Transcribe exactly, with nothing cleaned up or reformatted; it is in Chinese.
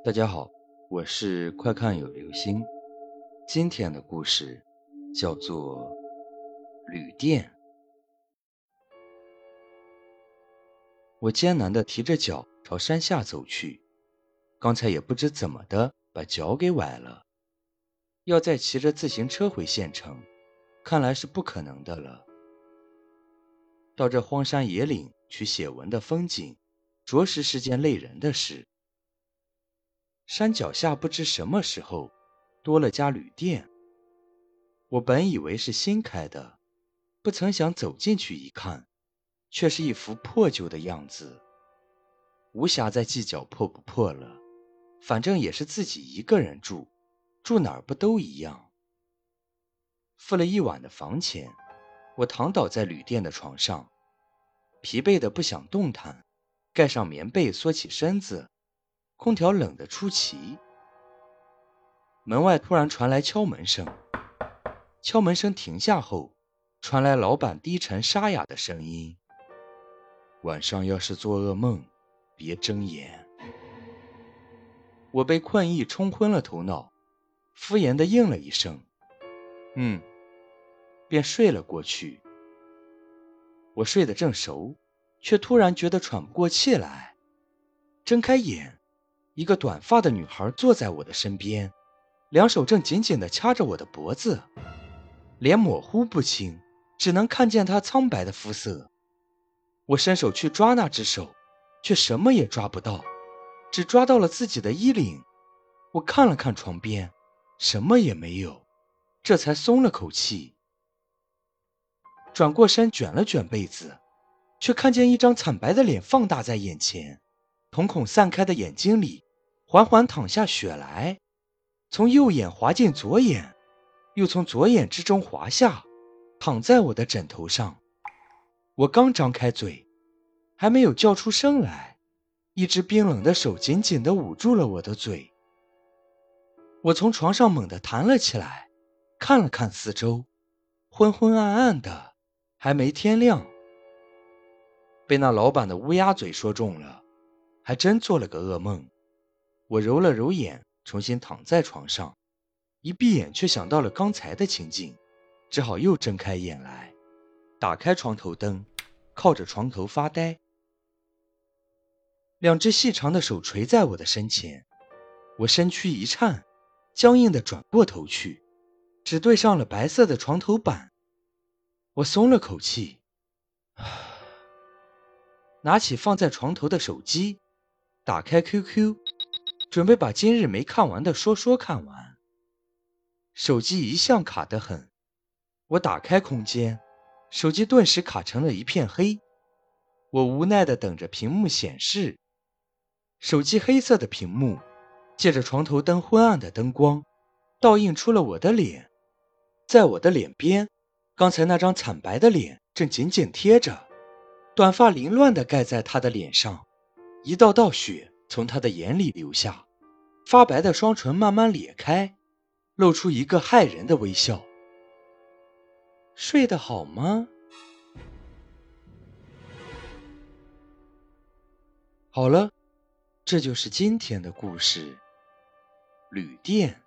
大家好，我是快看有流星。今天的故事叫做旅店。我艰难地提着脚朝山下走去，刚才也不知怎么的把脚给崴了，要再骑着自行车回县城，看来是不可能的了。到这荒山野岭去写文的风景，着实是件累人的事。山脚下不知什么时候多了家旅店，我本以为是新开的，不曾想走进去一看，却是一副破旧的样子。无暇再计较破不破了，反正也是自己一个人住，住哪儿不都一样。付了一晚的房钱，我躺倒在旅店的床上，疲惫得不想动弹，盖上棉被缩起身子，空调冷得出奇。门外突然传来敲门声，敲门声停下后，传来老板低沉沙哑的声音：晚上要是做噩梦，别睁眼。我被困意冲昏了头脑，敷衍地应了一声嗯，便睡了过去。我睡得正熟，却突然觉得喘不过气来。睁开眼，一个短发的女孩坐在我的身边，两手正紧紧地掐着我的脖子，脸模糊不清，只能看见她苍白的肤色。我伸手去抓那只手，却什么也抓不到，只抓到了自己的衣领。我看了看床边，什么也没有，这才松了口气。转过身卷了卷被子，却看见一张惨白的脸放大在眼前，瞳孔散开的眼睛里缓缓淌下血来，从右眼滑进左眼，又从左眼之中滑下，躺在我的枕头上。我刚张开嘴，还没有叫出声来，一只冰冷的手紧紧地捂住了我的嘴。我从床上猛地弹了起来，看了看四周，昏昏暗暗的，还没天亮。被那老板的乌鸦嘴说中了，还真做了个噩梦。我揉了揉眼，重新躺在床上，一闭眼却想到了刚才的情景，只好又睁开眼来，打开床头灯，靠着床头发呆。两只细长的手垂在我的身前，我身躯一颤，僵硬地转过头去，只对上了白色的床头板。我松了口气，拿起放在床头的手机，打开 Q Q， 准备把今日没看完的说说看完。手机一向卡得很，我打开空间，手机顿时卡成了一片黑。我无奈地等着屏幕显示，手机黑色的屏幕借着床头灯昏暗的灯光，倒映出了我的脸。在我的脸边，刚才那张惨白的脸正紧紧贴着，短发凌乱地盖在他的脸上，一道道血从他的眼里流下，发白的双唇慢慢裂开，露出一个骇人的微笑。睡得好吗？好了，这就是今天的故事，旅店。